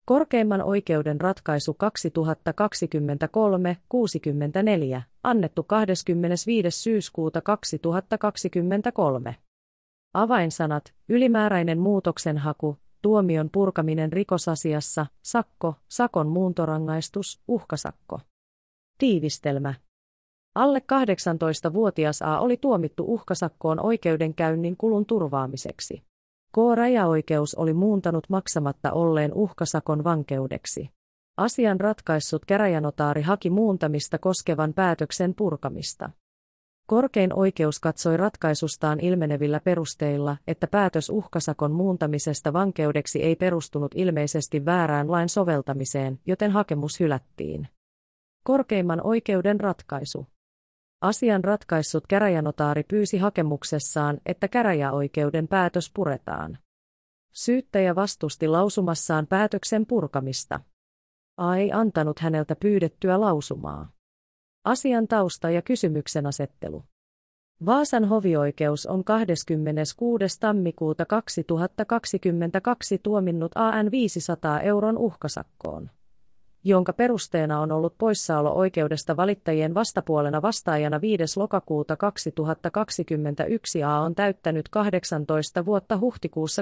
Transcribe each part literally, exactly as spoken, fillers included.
Korkeimman oikeuden ratkaisu kaksituhattakaksikymmentäkolme kuusikymmentäneljä, annettu kahdeskymmenesviides syyskuuta kaksituhattakaksikymmentäkolme. Avainsanat: ylimääräinen muutoksenhaku, tuomion purkaminen rikosasiassa, sakko, sakon muuntorangaistus, uhkasakko. Tiivistelmä. Alle kahdeksantoistavuotias A oli tuomittu uhkasakkoon oikeudenkäynnin kulun turvaamiseksi. K-rajaoikeus oli muuntanut maksamatta olleen uhkasakon vankeudeksi. Asian ratkaissut käräjänotaari haki muuntamista koskevan päätöksen purkamista. Korkein oikeus katsoi ratkaisustaan ilmenevillä perusteilla, että päätös uhkasakon muuntamisesta vankeudeksi ei perustunut ilmeisesti väärään lain soveltamiseen, joten hakemus hylättiin. Korkeimman oikeuden ratkaisu. Asian ratkaissut käräjänotaari pyysi hakemuksessaan, että käräjäoikeuden päätös puretaan. Syyttäjä vastusti lausumassaan päätöksen purkamista. A ei antanut häneltä pyydettyä lausumaa. Asian tausta ja kysymyksenasettelu. Vaasan hovioikeus on kahdeskymmeneskuudes tammikuuta kaksituhattakaksikymmentäkaksi tuominnut A N viisisataa euron uhkasakkoon, jonka perusteena on ollut poissaolo oikeudesta valittajien vastapuolena vastaajana viides lokakuuta kaksituhattakaksikymmentäyksi. A on täyttänyt kahdeksantoista vuotta huhtikuussa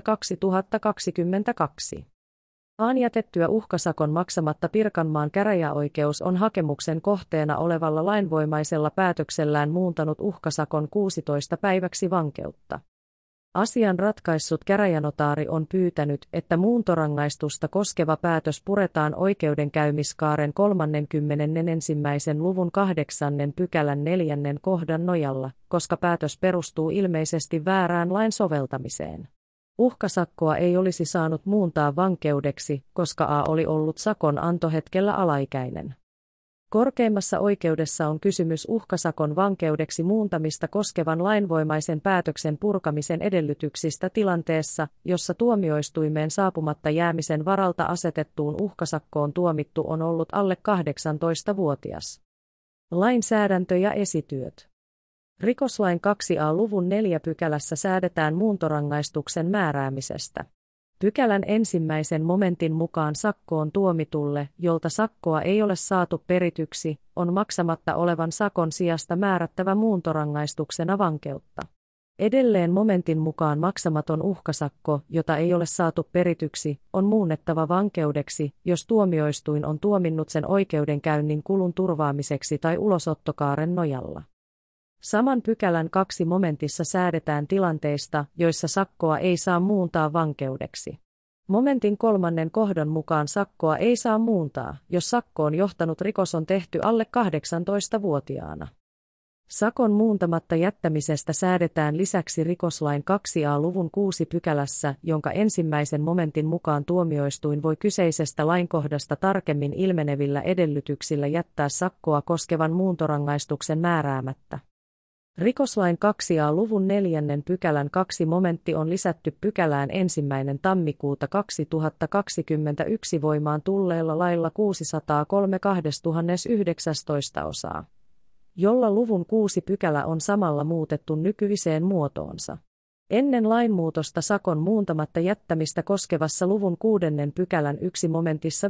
kaksituhattakaksikymmentäkaksi. A:n jätettyä uhkasakon maksamatta Pirkanmaan käräjäoikeus on hakemuksen kohteena olevalla lainvoimaisella päätöksellään muuntanut uhkasakon kuusitoista päiväksi vankeutta. Asian ratkaissut käräjänotaari on pyytänyt, että muuntorangaistusta koskeva päätös puretaan oikeudenkäymiskaaren kolmaskymmenesensimmäinen luvun kahdeksannen pykälän neljännen kohdan nojalla, koska päätös perustuu ilmeisesti väärään lain soveltamiseen. Uhkasakkoa ei olisi saanut muuntaa vankeudeksi, koska A oli ollut sakon antohetkellä alaikäinen. Korkeimmassa oikeudessa on kysymys uhkasakon vankeudeksi muuntamista koskevan lainvoimaisen päätöksen purkamisen edellytyksistä tilanteessa, jossa tuomioistuimeen saapumatta jäämisen varalta asetettuun uhkasakkoon tuomittu on ollut alle kahdeksantoistavuotias. Lainsäädäntö ja esityöt. Rikoslain kaksi A luvun neljä pykälässä säädetään muuntorangaistuksen määräämisestä. Pykälän ensimmäisen momentin mukaan sakkoon tuomitulle, jolta sakkoa ei ole saatu perityksi, on maksamatta olevan sakon sijasta määrättävä muuntorangaistuksena vankeutta. Edelleen momentin mukaan maksamaton uhkasakko, jota ei ole saatu perityksi, on muunnettava vankeudeksi, jos tuomioistuin on tuominnut sen oikeudenkäynnin kulun turvaamiseksi tai ulosottokaaren nojalla. Saman pykälän kaksi momentissa säädetään tilanteista, joissa sakkoa ei saa muuntaa vankeudeksi. Momentin kolmannen kohdan mukaan sakkoa ei saa muuntaa, jos sakkoon johtanut rikos on tehty alle kahdeksantoistavuotiaana. Sakon muuntamatta jättämisestä säädetään lisäksi rikoslain kaksi A luvun kuusi pykälässä, jonka ensimmäisen momentin mukaan tuomioistuin voi kyseisestä lainkohdasta tarkemmin ilmenevillä edellytyksillä jättää sakkoa koskevan muuntorangaistuksen määräämättä. Rikoslain kaksi A luvun neljännen pykälän kaksi momentti on lisätty pykälään ensimmäinen tammikuuta kaksituhattakaksikymmentäyksi voimaan tulleella lailla kuusisataakolme kaksituhattayhdeksäntoista osaa, jolla luvun kuusi pykälä on samalla muutettu nykyiseen muotoonsa. Ennen lainmuutosta sakon muuntamatta jättämistä koskevassa luvun kuudennen pykälän yksi momentissa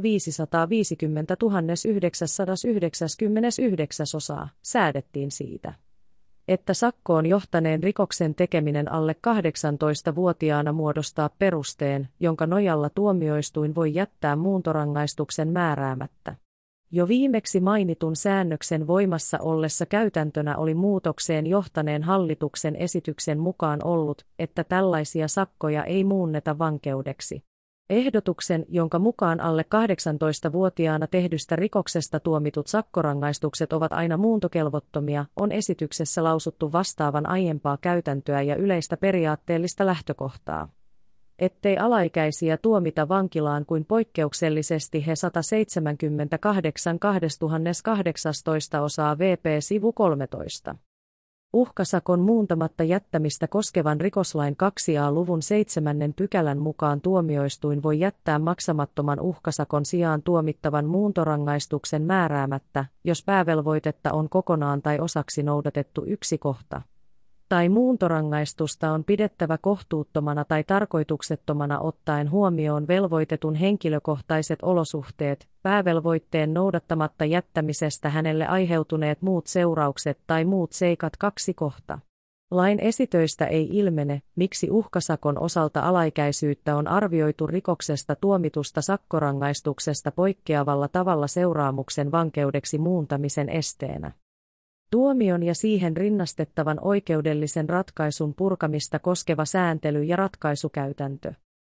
viisisataaviisikymmentätuhattayhdeksänsataayhdeksänkymmentäyhdeksän osaa säädettiin siitä, että sakkoon johtaneen rikoksen tekeminen alle kahdeksantoistavuotiaana muodostaa perusteen, jonka nojalla tuomioistuin voi jättää muuntorangaistuksen määräämättä. Jo viimeksi mainitun säännöksen voimassa ollessa käytäntönä oli muutokseen johtaneen hallituksen esityksen mukaan ollut, että tällaisia sakkoja ei muunneta vankeudeksi. Ehdotuksen, jonka mukaan alle kahdeksantoistavuotiaana tehdystä rikoksesta tuomitut sakkorangaistukset ovat aina muuntokelvottomia, on esityksessä lausuttu vastaavan aiempaa käytäntöä ja yleistä periaatteellista lähtökohtaa, ettei alaikäisiä tuomita vankilaan kuin poikkeuksellisesti he sataseitsemänkymmentäkahdeksan kaksituhattakahdeksantoista osaa V P sivu kolmetoista. Uhkasakon muuntamatta jättämistä koskevan rikoslain kaksi A luvun seitsemännen pykälän mukaan tuomioistuin voi jättää maksamattoman uhkasakon sijaan tuomittavan muuntorangaistuksen määräämättä, jos päävelvoitetta on kokonaan tai osaksi noudatettu yksi kohta. tai muuntorangaistusta on pidettävä kohtuuttomana tai tarkoituksettomana ottaen huomioon velvoitetun henkilökohtaiset olosuhteet, päävelvoitteen noudattamatta jättämisestä hänelle aiheutuneet muut seuraukset tai muut seikat. Kaksi kohta. Lain esitöistä ei ilmene, miksi uhkasakon osalta alaikäisyyttä on arvioitu rikoksesta tuomitusta sakkorangaistuksesta poikkeavalla tavalla seuraamuksen vankeudeksi muuntamisen esteenä. Tuomion ja siihen rinnastettavan oikeudellisen ratkaisun purkamista koskeva sääntely ja ratkaisukäytäntö.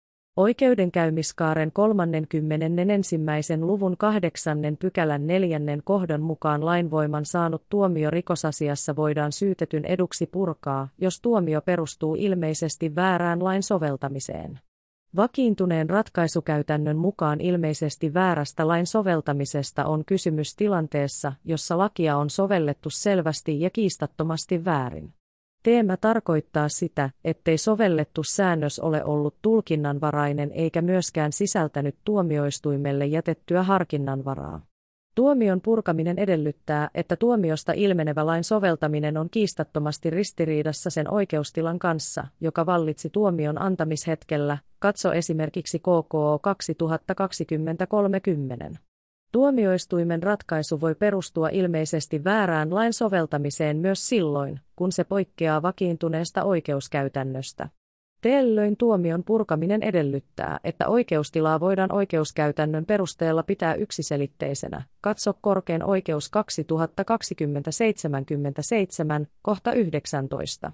Oikeudenkäymiskaaren kolmaskymmenesensimmäinen luvun kahdeksannen pykälän neljännen kohdan mukaan lainvoiman saanut tuomio rikosasiassa voidaan syytetyn eduksi purkaa, jos tuomio perustuu ilmeisesti väärään lain soveltamiseen. Vakiintuneen ratkaisukäytännön mukaan ilmeisesti väärästä lain soveltamisesta on kysymys tilanteessa, jossa lakia on sovellettu selvästi ja kiistattomasti väärin. Teema tarkoittaa sitä, ettei sovellettu säännös ole ollut tulkinnanvarainen eikä myöskään sisältänyt tuomioistuimelle jätettyä harkinnanvaraa. Tuomion purkaminen edellyttää, että tuomiosta ilmenevä lain soveltaminen on kiistattomasti ristiriidassa sen oikeustilan kanssa, joka vallitsi tuomion antamishetkellä, katso esimerkiksi K K O kaksituhattakaksikymmentäkolme kymmenen. Tuomioistuimen ratkaisu voi perustua ilmeisesti väärään lain soveltamiseen myös silloin, kun se poikkeaa vakiintuneesta oikeuskäytännöstä. Tällöin tuomion purkaminen edellyttää, että oikeustilaa voidaan oikeuskäytännön perusteella pitää yksiselitteisenä. Katso Korkein oikeus kaksituhattakaksikymmentä seitsemänkymmentäseitsemän, kohta yhdeksäntoista.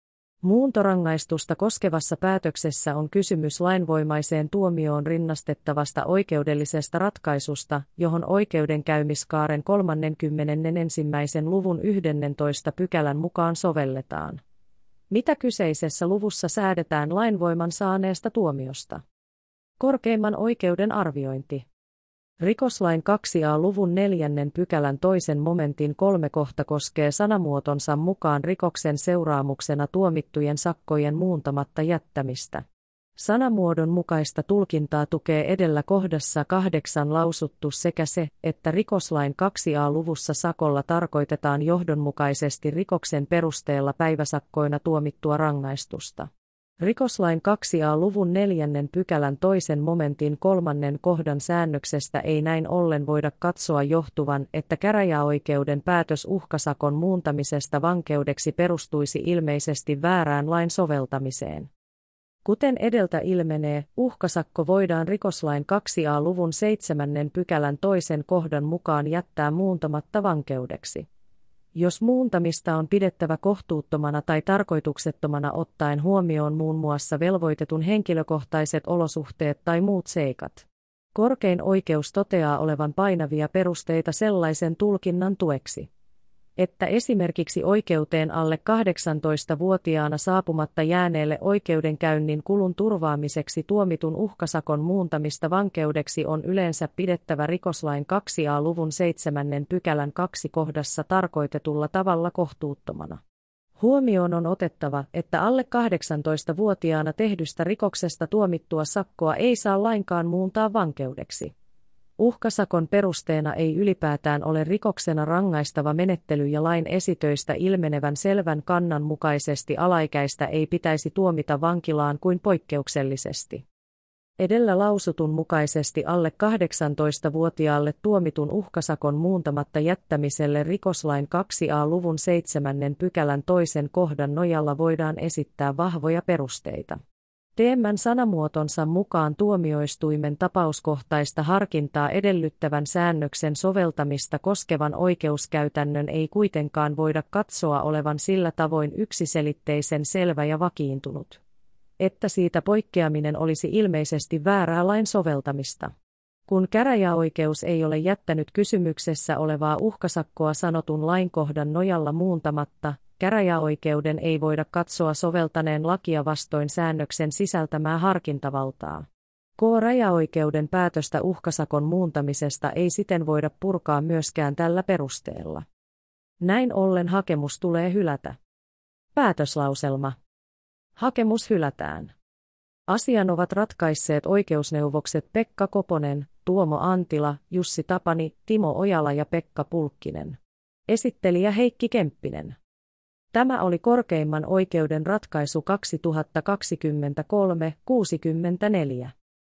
Muuntorangaistusta koskevassa päätöksessä on kysymys lainvoimaiseen tuomioon rinnastettavasta oikeudellisesta ratkaisusta, johon oikeudenkäymiskaaren kolmaskymmenesensimmäinen luvun yhdennentoista pykälän mukaan sovelletaan. Mitä kyseisessä luvussa säädetään lainvoiman saaneesta tuomiosta? Korkeimman oikeuden arviointi. Rikoslain kaksi a luvun neljännen pykälän toisen momentin kolme kohta koskee sanamuotonsa mukaan rikoksen seuraamuksena tuomittujen sakkojen muuntamatta jättämistä. Sanamuodon mukaista tulkintaa tukee edellä kohdassa kahdeksan lausuttu sekä se, että rikoslain kaksi a luvussa sakolla tarkoitetaan johdonmukaisesti rikoksen perusteella päiväsakkoina tuomittua rangaistusta. Rikoslain kaksi a luvun neljännen pykälän toisen momentin kolmannen kohdan säännöksestä ei näin ollen voida katsoa johtuvan, että käräjäoikeuden päätös uhkasakon muuntamisesta vankeudeksi perustuisi ilmeisesti väärään lain soveltamiseen. Kuten edeltä ilmenee, uhkasakko voidaan rikoslain kaksi a luvun seitsemännen pykälän toisen kohdan mukaan jättää muuntamatta vankeudeksi. Jos muuntamista on pidettävä kohtuuttomana tai tarkoituksettomana ottaen huomioon muun muassa velvoitetun henkilökohtaiset olosuhteet tai muut seikat. Korkein oikeus toteaa olevan painavia perusteita sellaisen tulkinnan tueksi, että esimerkiksi oikeuteen alle kahdeksantoistavuotiaana saapumatta jääneelle oikeudenkäynnin kulun turvaamiseksi tuomitun uhkasakon muuntamista vankeudeksi on yleensä pidettävä rikoslain kaksi a luvun seitsemännen pykälän kaksi kohdassa tarkoitetulla tavalla kohtuuttomana. Huomioon on otettava, että alle kahdeksantoistavuotiaana tehdystä rikoksesta tuomittua sakkoa ei saa lainkaan muuntaa vankeudeksi. Uhkasakon perusteena ei ylipäätään ole rikoksena rangaistava menettely ja lain esitöistä ilmenevän selvän kannan mukaisesti alaikäistä ei pitäisi tuomita vankilaan kuin poikkeuksellisesti. Edellä lausutun mukaisesti alle kahdeksantoistavuotiaalle tuomitun uhkasakon muuntamatta jättämiselle rikoslain kaksi a luvun seitsemännen pykälän toisen kohdan nojalla voidaan esittää vahvoja perusteita. Teemän sanamuotonsa mukaan tuomioistuimen tapauskohtaista harkintaa edellyttävän säännöksen soveltamista koskevan oikeuskäytännön ei kuitenkaan voida katsoa olevan sillä tavoin yksiselitteisen selvä ja vakiintunut, että siitä poikkeaminen olisi ilmeisesti väärää lain soveltamista. Kun käräjäoikeus ei ole jättänyt kysymyksessä olevaa uhkasakkoa sanotun lainkohdan nojalla muuntamatta, käräjäoikeuden ei voida katsoa soveltaneen lakia vastoin säännöksen sisältämää harkintavaltaa. K-rajaoikeuden päätöstä uhkasakon muuntamisesta ei siten voida purkaa myöskään tällä perusteella. Näin ollen hakemus tulee hylätä. Päätöslauselma. Hakemus hylätään. Asian ovat ratkaisseet oikeusneuvokset Pekka Koponen, Tuomo Antila, Jussi Tapani, Timo Ojala ja Pekka Pulkkinen. Esittelijä Heikki Kemppinen. Tämä oli korkeimman oikeuden ratkaisu kaksituhattakaksikymmentäkolme kuusikymmentäneljä.